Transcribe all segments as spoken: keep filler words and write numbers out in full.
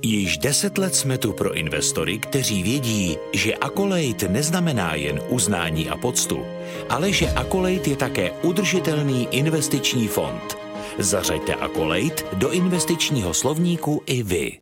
Již deset let jsme tu pro investory, kteří vědí, že Accolade neznamená jen uznání a poctu, ale že Accolade je také udržitelný investiční fond. Zařaďte Accolade do investičního slovníku i vy.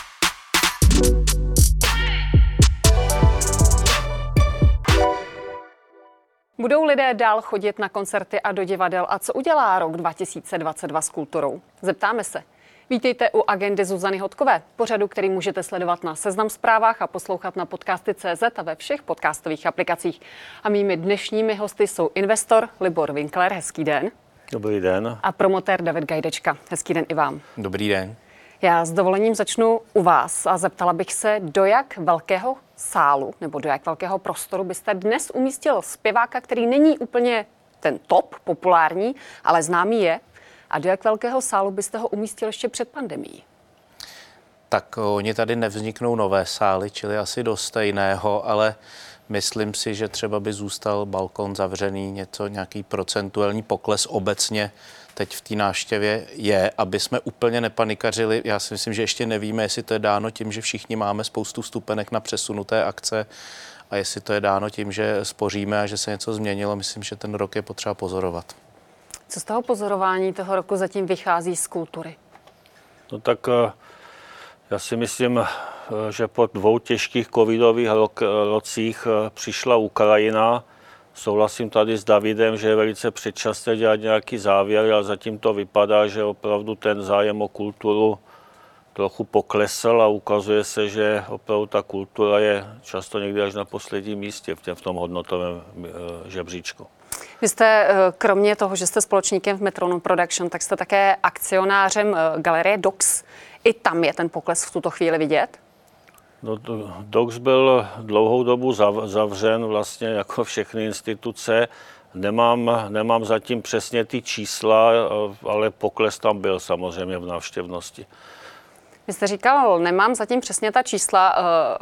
Budou lidé dál chodit na koncerty a do divadel a co udělá rok dva tisíce dvacet dva s kulturou? Zeptáme se. Vítejte u Agendy Zuzany Hodkové, pořadu, který můžete sledovat na Seznam Zprávách a poslouchat na podcasty tečka cé zet a ve všech podcastových aplikacích. A mými dnešními hosty jsou investor Libor Winkler, hezký den. Dobrý den. A promotér David Gajdečka, hezký den i vám. Dobrý den. Já s dovolením začnu u vás a zeptala bych se, do jak velkého sálu nebo do jak velkého prostoru byste dnes umístil zpěváka, který není úplně ten top, populární, ale známý je, a do jak velkého sálu byste ho umístil ještě před pandemií? Tak oni tady nevzniknou nové sály, čili asi do stejného, ale myslím si, že třeba by zůstal balkon zavřený, něco, nějaký procentuální pokles obecně teď v té návštěvě je, aby jsme úplně nepanikařili. Já si myslím, že ještě nevíme, jestli to je dáno tím, že všichni máme spoustu vstupenek na přesunuté akce a jestli to je dáno tím, že spoříme a že se něco změnilo. Myslím, že ten rok je potřeba pozorovat. Co z toho pozorování toho roku zatím vychází z kultury? No tak já si myslím, že po dvou těžkých covidových rocích přišla Ukrajina. Souhlasím tady s Davidem, že je velice předčasné dělat nějaký závěr, ale zatím to vypadá, že opravdu ten zájem o kulturu trochu poklesl a ukazuje se, že opravdu ta kultura je často někdy až na posledním místě v, tě, v tom hodnotovém žebříčku. Vy jste kromě toho, že jste společníkem v Metronome Production, tak jste také akcionářem galerie Dox. I tam je ten pokles v tuto chvíli vidět? No, Dox byl dlouhou dobu zavřen vlastně jako všechny instituce. Nemám, nemám zatím přesně ty čísla, ale pokles tam byl samozřejmě v návštěvnosti. Vy jste říkal, nemám zatím přesně ta čísla.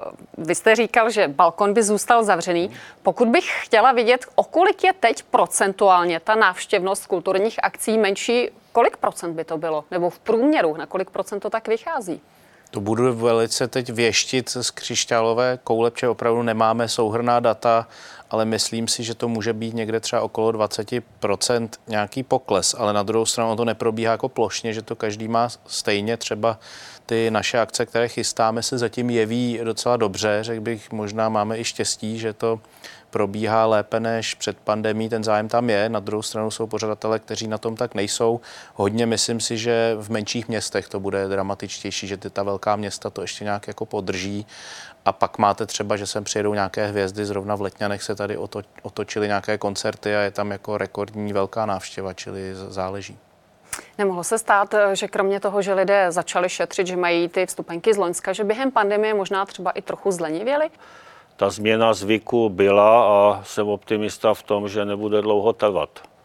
Vy jste říkal, že balkon by zůstal zavřený. Pokud bych chtěla vidět, o kolik je teď procentuálně ta návštěvnost kulturních akcí menší, kolik procent by to bylo? Nebo v průměru, na kolik procent to tak vychází? To budu velice teď věštit z křišťálové koule, protože opravdu nemáme souhrnná data, ale myslím si, že to může být někde třeba okolo dvacet procent nějaký pokles, ale na druhou stranu to neprobíhá jako plošně, že to každý má stejně. Třeba ty naše akce, které chystáme, se zatím jeví docela dobře, řekl bych, možná máme i štěstí, že to probíhá lépe než před pandemií, ten zájem tam je. Na druhou stranu jsou pořadatelé, kteří na tom tak nejsou. Hodně myslím si, že v menších městech to bude dramatičtější, že ty ta velká města to ještě nějak jako podrží. A pak máte třeba, že sem přijedou nějaké hvězdy, zrovna v Letňanech se tady oto, otočily nějaké koncerty a je tam jako rekordní velká návštěva, čili záleží. Nemohlo se stát, že kromě toho, že lidé začali šetřit, že mají ty vstupenky z loňska, že během pandemie možná třeba i trochu zlenivěli? Ta změna zvyku byla a jsem optimista v tom, že nebude dlouho trvat.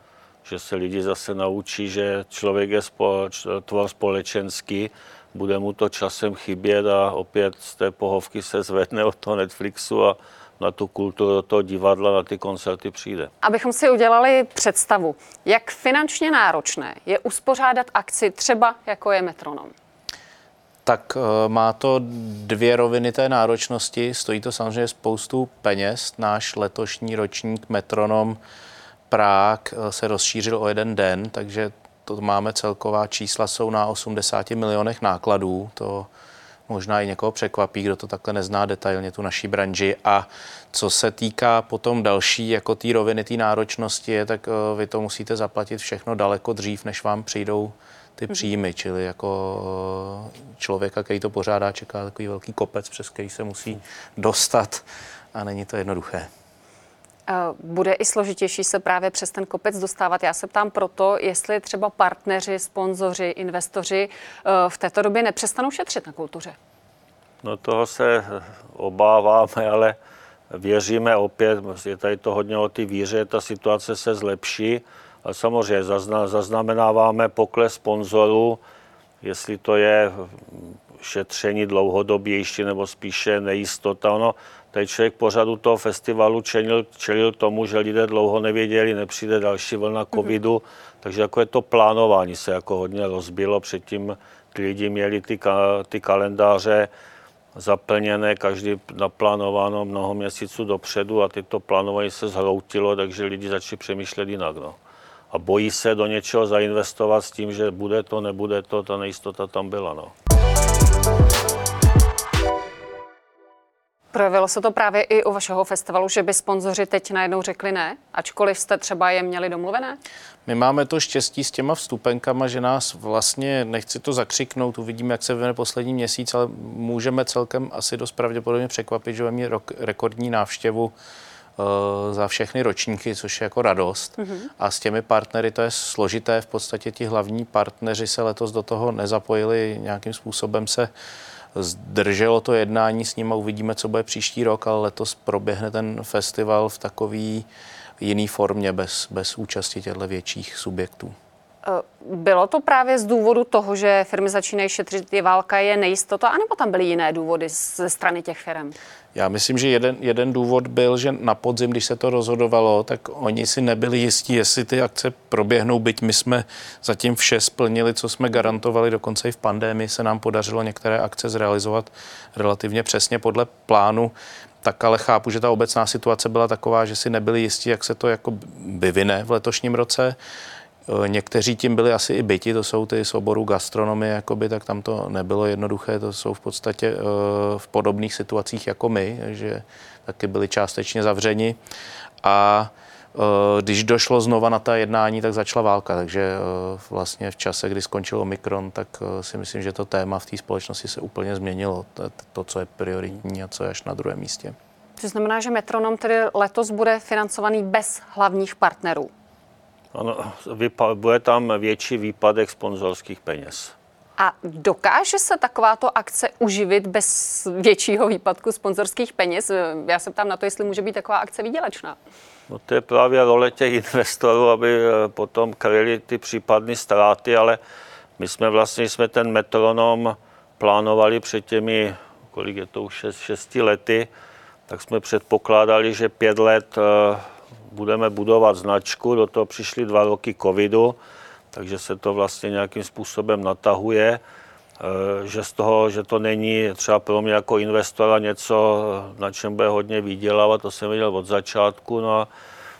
Že se lidi zase naučí, že člověk je spo, tvor společenský, bude mu to časem chybět a opět z té pohovky se zvedne od toho Netflixu a na tu kulturu, do toho divadla, na ty koncerty přijde. Abychom si udělali představu, jak finančně náročné je uspořádat akci třeba jako je Metronom. Tak má to dvě roviny té náročnosti. Stojí to samozřejmě spoustu peněz. Náš letošní ročník Metronom Prague se rozšířil o jeden den, takže to máme celková čísla, jsou na osmdesáti milionech nákladů. To možná i někoho překvapí, kdo to takhle nezná detailně, tu naší branži. A co se týká potom další, jako té roviny té náročnosti, je, tak vy to musíte zaplatit všechno daleko dřív, než vám přijdou ty příjmy, čili jako člověka, který to pořádá, čeká takový velký kopec, přes který se musí dostat a není to jednoduché. Bude i složitější se právě přes ten kopec dostávat. Já se ptám proto, jestli třeba partneři, sponzoři, investoři v této době nepřestanou šetřit na kultuře. No toho se obáváme, ale věříme opět, je tady to hodně o ty víře, ta situace se zlepší. Ale samozřejmě zaznamenáváme pokles sponzorů, jestli to je šetření dlouhodobější nebo spíše nejistota. Ono, tady člověk pořadu toho festivalu čelil, čelil tomu, že lidé dlouho nevěděli, nepřijde další vlna covidu, mm-hmm. takže jako je to plánování se jako hodně rozbilo, předtím ty lidi měli ty, ty kalendáře zaplněné, každý naplánováno mnoho měsíců dopředu a teď to plánování se zhroutilo, takže lidi začali přemýšlet jinak. No. A bojí se do něčeho zainvestovat s tím, že bude to, nebude to, ta nejistota tam byla. No. Projevilo se to právě i u vašeho festivalu, že by sponzoři teď najednou řekli ne, ačkoliv jste třeba je měli domluvené? My máme to štěstí s těma vstupenkama, že nás vlastně, nechci to zakřiknout, uvidíme, jak se vyvine poslední měsíc, ale můžeme celkem asi dost pravděpodobně překvapit, že budeme mít rok, rekordní návštěvu uh, za všechny ročníky, což je jako radost. Mm-hmm. A s těmi partnery to je složité, v podstatě ti hlavní partneři se letos do toho nezapojili, nějakým způsobem se zdrželo to jednání s ním a uvidíme, co bude příští rok, ale letos proběhne ten festival v takový jiný formě, bez, bez účasti těchto větších subjektů. Bylo to právě z důvodu toho, že firmy začínají šetřit, je válka, je nejistota, anebo tam byly jiné důvody ze strany těch firm? Já myslím, že jeden, jeden důvod byl, že na podzim, když se to rozhodovalo, tak oni si nebyli jistí, jestli ty akce proběhnou, byť my jsme zatím vše splnili, co jsme garantovali, dokonce i v pandemii se nám podařilo některé akce zrealizovat relativně přesně podle plánu. Tak ale chápu, že ta obecná situace byla taková, že si nebyli jistí, jak se to jako vyvine v letošním roce. Někteří tím byli asi i byti, to jsou ty z oboru gastronomie, jakoby, tak tam to nebylo jednoduché, to jsou v podstatě v podobných situacích jako my, že taky byli částečně zavřeni. A když došlo znova na ta jednání, tak začala válka, takže vlastně v čase, kdy skončil Omikron, tak si myslím, že to téma v té společnosti se úplně změnilo, to, co je prioritní a co je až na druhém místě. To znamená, že Metronom tedy letos bude financovaný bez hlavních partnerů. Ano, bude tam větší výpadek sponzorských peněz. A dokáže se takováto akce uživit bez většího výpadku sponzorských peněz? Já se ptám na to, jestli může být taková akce výdělečná. No to je právě role těch investorů, aby potom kryli ty případné ztráty, ale my jsme vlastně jsme ten Metronom plánovali před těmi, kolik je to už, šest, šesti lety, tak jsme předpokládali, že pět let budeme budovat značku, do toho přišly dva roky covidu, takže se to vlastně nějakým způsobem natahuje, že z toho, že to není třeba pro mě jako investora něco, na čem bude hodně vydělávat, to jsem viděl od začátku, no a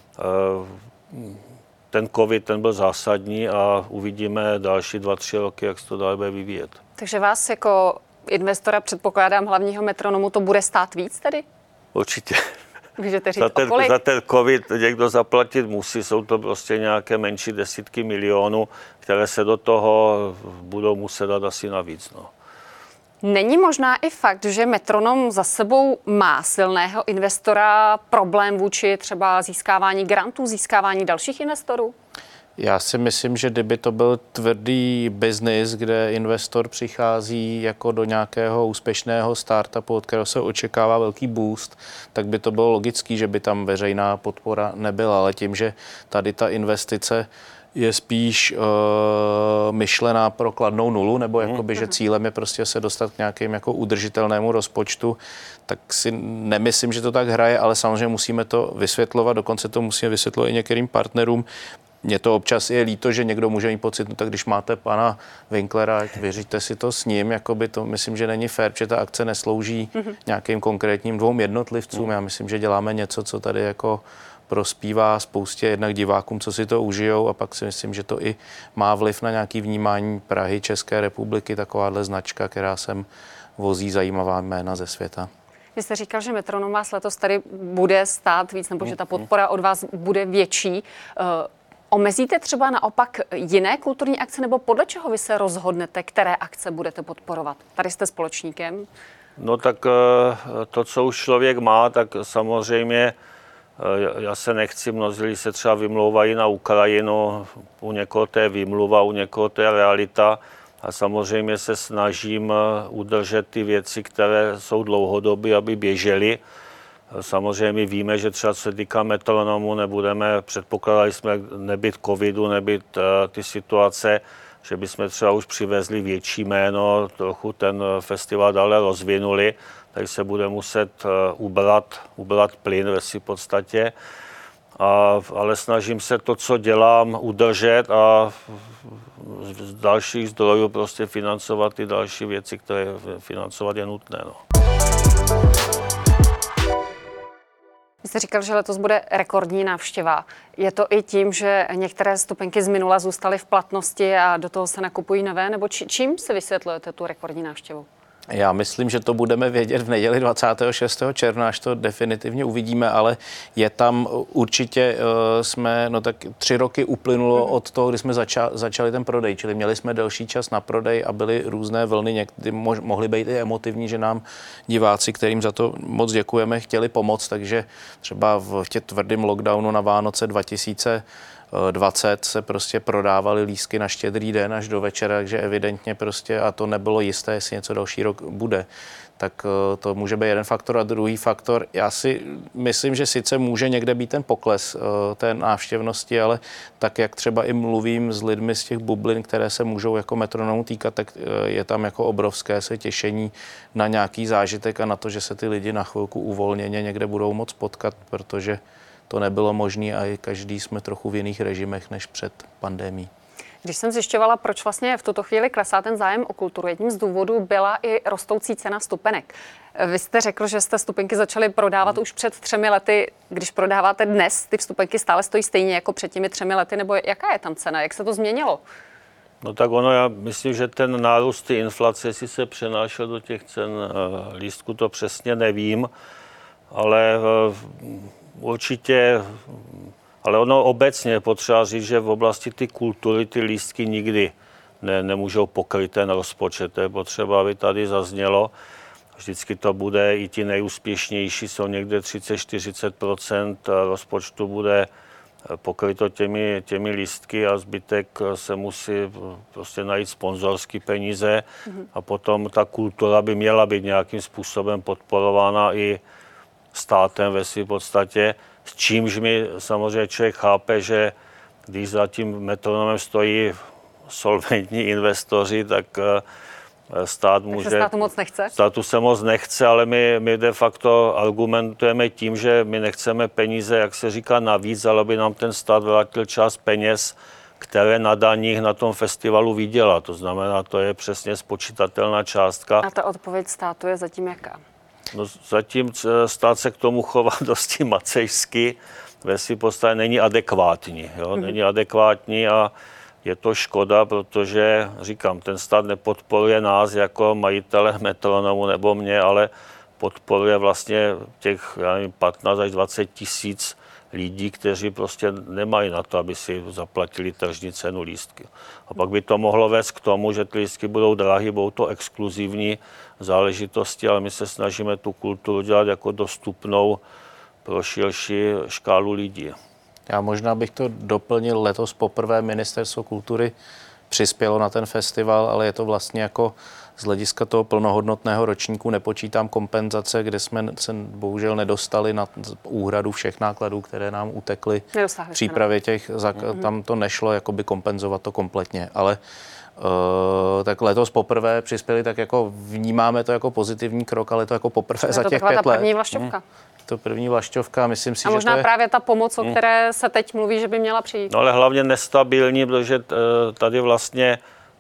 ten covid, ten byl zásadní a uvidíme další dva, tři roky, jak se to dále bude vyvíjet. Takže vás jako investora, předpokládám, hlavního Metronomu, to bude stát víc tedy? Určitě. Můžete říct, za, ten, okolik? za ten covid někdo zaplatit musí, jsou to prostě nějaké menší desítky milionů, které se do toho budou muset dát asi navíc. No. Není možná i fakt, že Metronom za sebou má silného investora, problém vůči třeba získávání grantů, získávání dalších investorů? Já si myslím, že kdyby to byl tvrdý biznis, kde investor přichází jako do nějakého úspěšného startupu, od kterého se očekává velký boost, tak by to bylo logický, že by tam veřejná podpora nebyla. Ale tím, že tady ta investice je spíš uh, myšlená pro kladnou nulu, nebo jakoby, že cílem je prostě se dostat k nějakým jako udržitelnému rozpočtu, tak si nemyslím, že to tak hraje, ale samozřejmě musíme to vysvětlovat, dokonce to musíme vysvětlovat i některým partnerům. Mně to občas je líto, že někdo může mít pocit, no tak když máte pana Winklera, vyřiďte si to s ním, jakoby to myslím, že není fér, že ta akce neslouží mm-hmm. nějakým konkrétním dvou jednotlivcům. Já myslím, že děláme něco, co tady jako prospívá spoustě jednak divákům, co si to užijou, a pak si myslím, že to i má vliv na nějaký vnímání Prahy, České republiky, takováhle značka, která sem vozí zajímavá jména ze světa. Vy jste říkal, že Metronom vás letos tady bude stát víc, nebo že ta podpora od vás bude větší. Omezíte třeba naopak jiné kulturní akce, nebo podle čeho vy se rozhodnete, které akce budete podporovat? Tady jste společníkem. No tak to, co už člověk má, tak samozřejmě já se nechci, mnozí se třeba vymlouvají na Ukrajinu, u někoho to je výmluva, u někoho to je realita. A samozřejmě se snažím udržet ty věci, které jsou dlouhodobé, aby běžely. Samozřejmě víme, že třeba co se týká Metronomu, nebudeme, předpokládali jsme nebyt covidu, nebyt ty situace, že bychom třeba už přivezli větší jméno, trochu ten festival dále rozvinuli, takže se bude muset ubrat, ubrat plyn ve své podstatě. A, ale snažím se to, co dělám, udržet a z dalších zdrojů prostě financovat ty další věci, které financovat je nutné. No. Vy jste říkal, že letos bude rekordní návštěva. Je to i tím, že některé vstupenky z minula zůstaly v platnosti a do toho se nakupují nové, nebo či, čím si vysvětlujete tu rekordní návštěvu? Já myslím, že to budeme vědět v neděli dvacátého šestého června, až to definitivně uvidíme, ale je tam určitě, uh, jsme, no tak tři roky uplynulo od toho, kdy jsme zača, začali ten prodej, čili měli jsme delší čas na prodej a byly různé vlny, někdy mož, mohly být i emotivní, že nám diváci, kterým za to moc děkujeme, chtěli pomoct, takže třeba v tě tvrdém lockdownu na Vánoce dva tisíce dvacet se prostě prodávaly lístky na Štědrý den až do večera, takže evidentně prostě, a to nebylo jisté, jestli něco další rok bude, tak to může být jeden faktor. A druhý faktor, já si myslím, že sice může někde být ten pokles té návštěvnosti, ale tak, jak třeba i mluvím s lidmi z těch bublin, které se můžou jako metronomu týkat, tak je tam jako obrovské se těšení na nějaký zážitek a na to, že se ty lidi na chvilku uvolněně někde budou moc potkat, protože to nebylo možné a i každý jsme trochu v jiných režimech než před pandemií. Když jsem zjišťovala, proč vlastně v tuto chvíli klesá ten zájem o kulturu, jedním z důvodů byla i rostoucí cena vstupenek. Vy jste řekl, že jste vstupenky začali prodávat už před třemi lety. Když prodáváte dnes, ty vstupenky stále stojí stejně jako před těmi třemi lety, nebo jaká je tam cena? Jak se to změnilo? No tak ono, já myslím, že ten nárůst ty inflace, jestli se přenášel do těch cen lístků, to přesně nevím, ale určitě, ale ono obecně je potřeba říct, že v oblasti ty kultury ty lístky nikdy ne, nemůžou pokryt ten rozpočet. To je potřeba, aby tady zaznělo. Vždycky to bude, i ti nejúspěšnější jsou někde třicet až čtyřicet procent rozpočtu bude pokryto těmi, těmi lístky a zbytek se musí prostě najít sponzorské peníze mm-hmm. a potom ta kultura by měla být nějakým způsobem podporována i státem ve své podstatě, s čímž mi samozřejmě člověk chápe, že když za tím metronomem stojí solventní investoři, tak stát tak může... se státu moc nechce? Státu se moc nechce, ale my, my de facto argumentujeme tím, že my nechceme peníze, jak se říká, navíc, ale by nám ten stát vrátil část peněz, které na daních na tom festivalu vydělá. To znamená, to je přesně spočítatelná částka. A ta odpověď státu je zatím jaká? No, zatím stát se k tomu chová dosti macejsky, ve své podstatě není adekvátní. Jo? Mm-hmm. Není adekvátní a je to škoda, protože, říkám, ten stát nepodporuje nás jako majitele metronomu nebo mě, ale podporuje vlastně těch, já nevím, patnáct až dvacet tisíc lidí, kteří prostě nemají na to, aby si zaplatili tržní cenu lístky. A pak by to mohlo vést k tomu, že ty lístky budou drahé, budou to exkluzivní záležitosti, ale my se snažíme tu kulturu dělat jako dostupnou pro širší škálu lidí. Já možná bych to doplnil, letos poprvé Ministerstvo kultury přispělo na ten festival, ale je to vlastně jako z hlediska toho plnohodnotného ročníku, nepočítám kompenzace, kde jsme se bohužel nedostali na úhradu všech nákladů, které nám utekly v přípravě těch, mm-hmm. tam to nešlo jakoby kompenzovat to kompletně, ale uh, tak letos poprvé přispěli, tak jako vnímáme to jako pozitivní krok, ale to jako poprvé za těch pět let. To první vlašťovka. Mm. To první vlašťovka, myslím si, a možná že to je... právě ta pomoc, o které se teď mluví, že by měla přijít. No ale hlavně nestabilní, protože tady vlastně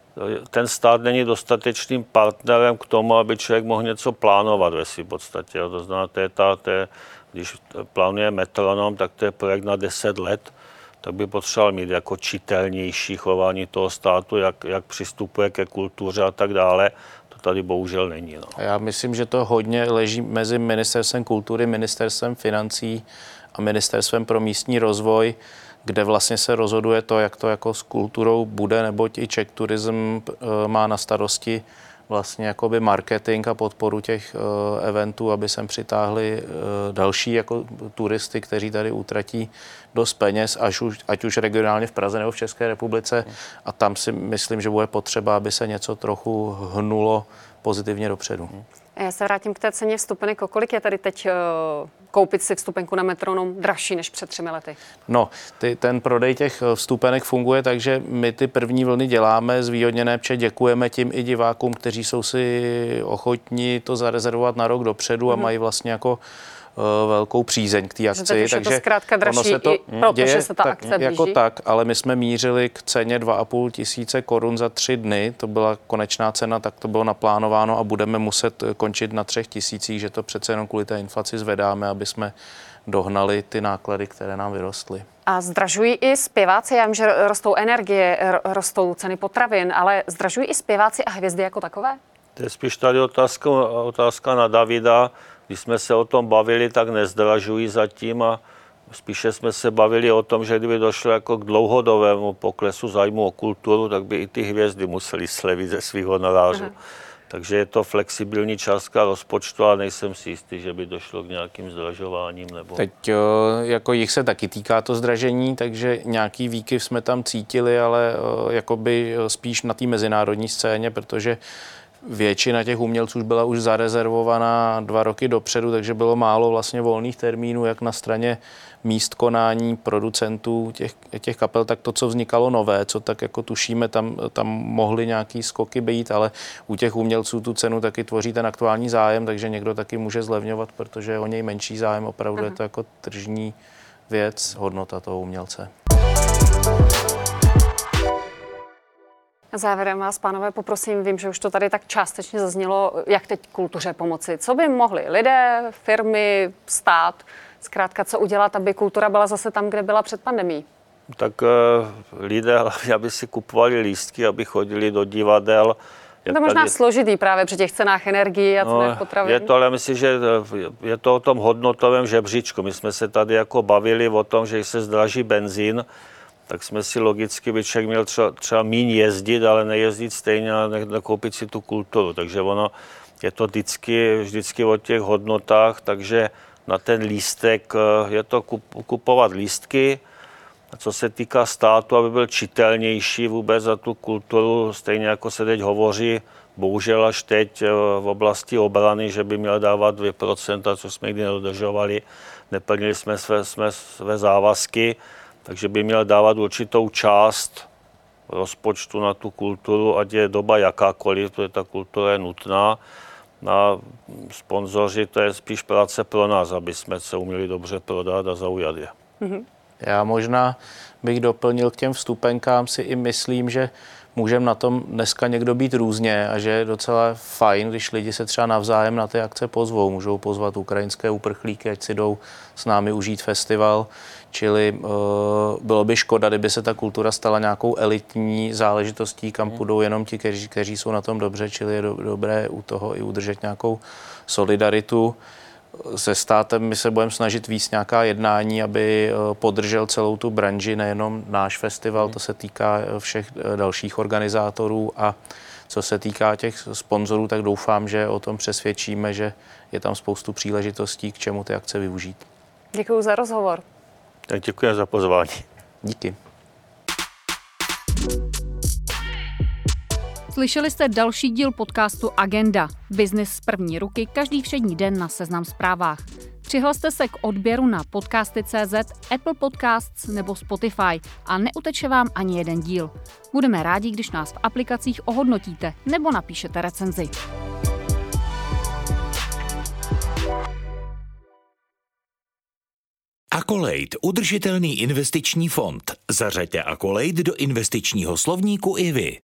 ten stát není dostatečným partnerem k tomu, aby člověk mohl něco plánovat ve své podstatě. To znamená, to je ta, to je, když plánuje metronom, tak to je projekt na deset let, tak by potřeboval mít jako čitelnější chování toho státu, jak, jak přistupuje ke kultuře a tak dále. To tady bohužel není. No. Já myslím, že to hodně leží mezi Ministerstvem kultury, Ministerstvem financí a Ministerstvem pro místní rozvoj, kde vlastně se rozhoduje to, jak to jako s kulturou bude, neboť i Czech Tourism má na starosti vlastně jakoby marketing a podporu těch eventů, aby sem přitáhli další jako turisty, kteří tady utratí dost peněz, až už, ať už regionálně v Praze nebo v České republice. A tam si myslím, že bude potřeba, aby se něco trochu hnulo pozitivně dopředu. Já se vrátím k té ceně vstupenek. Kolik je tady teď uh, koupit si vstupenku na metronom dražší než před třemi lety? No, ty, ten prodej těch vstupenek funguje, takže my ty první vlny děláme zvýhodněné, protože děkujeme tím i divákům, kteří jsou si ochotní to zarezervovat na rok dopředu a mm. mají vlastně jako velkou přízeň k té akci. Takže, takže to zkrátka dražší, se to protože se ta tak, akce blíží. Jako tak, ale my jsme mířili k ceně dva a půl tisíce korun za tři dny, to byla konečná cena, tak to bylo naplánováno a budeme muset končit na třech tisících, že to přece jenom kvůli té inflaci zvedáme, aby jsme dohnali ty náklady, které nám vyrostly. A zdražují i zpěváci, já vím, že rostou energie, rostou ceny potravin, ale zdražují i zpěváci a hvězdy jako takové? To je spíš tady otázka, otázka na Davida. Když jsme se o tom bavili, tak nezdražují zatím a spíše jsme se bavili o tom, že kdyby došlo jako k dlouhodobému poklesu zájmu o kulturu, tak by i ty hvězdy museli slevit ze svých honorářů. Aha. Takže je to flexibilní částka rozpočtu a nejsem si jistý, že by došlo k nějakým zdražováním. Nebo... Teď jako jich se taky týká to zdražení, takže nějaký výkyv jsme tam cítili, ale jakoby spíš na té mezinárodní scéně, protože většina těch umělců byla už zarezervovaná dva roky dopředu, takže bylo málo vlastně volných termínů, jak na straně míst konání, producentů těch, těch kapel, tak to, co vznikalo nové, co tak jako tušíme, tam, tam mohly nějaký skoky být, ale u těch umělců tu cenu taky tvoří ten aktuální zájem, takže někdo taky může zlevňovat, protože je o něj menší zájem, opravdu Aha. je to jako tržní věc, hodnota toho umělce. Závěrem vás, pánové, poprosím, vím, že už to tady tak částečně zaznělo, jak teď kultuře pomoci. Co by mohli lidé, firmy, stát, zkrátka co udělat, aby kultura byla zase tam, kde byla před pandemií? Tak uh, lidé hlavně, aby si kupovali lístky, aby chodili do divadel. Je to možná tady... složitý právě při těch cenách energií a cenách no, potravin. Je to, ale myslím, že je to o tom hodnotovém žebříčku. My jsme se tady jako bavili o tom, že se zdraží benzín, tak jsme si logicky, by člověk měl třeba, třeba míň jezdit, ale nejezdit stejně a ne, nekoupit si tu kulturu. Takže ono je to vždycky, vždycky o těch hodnotách, takže na ten lístek je to kup, kupovat lístky. A co se týká státu, aby byl čitelnější vůbec za tu kulturu, stejně jako se teď hovoří, bohužel až teď v oblasti obrany, že by měl dávat dvě procenta, co jsme nikdy nedodržovali, neplnili jsme své, jsme své závazky, takže by měl dávat určitou část rozpočtu na tu kulturu, ať je doba jakákoliv, protože ta kultura je nutná. A sponzoři, to je spíš práce pro nás, aby jsme se uměli dobře prodat a zaujat je. Mm-hmm. Já možná bych doplnil k těm vstupenkám, si i myslím, že můžeme na tom dneska někdo být různě a že je docela fajn, když lidi se třeba navzájem na ty akce pozvou. Můžou pozvat ukrajinské uprchlíky, ať si jdou s námi užít festival. Čili uh, bylo by škoda, kdyby se ta kultura stala nějakou elitní záležitostí, kam půjdou jenom ti, kteří, kteří jsou na tom dobře, čili je do, dobré u toho i udržet nějakou solidaritu. Se státem my se budeme snažit víc nějaká jednání, aby podržel celou tu branži, nejenom náš festival, to se týká všech dalších organizátorů a co se týká těch sponzorů, tak doufám, že o tom přesvědčíme, že je tam spoustu příležitostí, k čemu ty akce využít. Děkuji za rozhovor. Tak děkuji za pozvání. Díky. Slyšeli jste další díl podcastu Agenda. Biznis z první ruky každý všední den na Seznam Zprávách. Přihlaste se k odběru na podcasty tečka cé zet, Apple Podcasts nebo Spotify a neuteče vám ani jeden díl. Budeme rádi, když nás v aplikacích ohodnotíte nebo napíšete recenzi. Accolade, udržitelný investiční fond. Zařaďte Accolade do investičního slovníku i vy.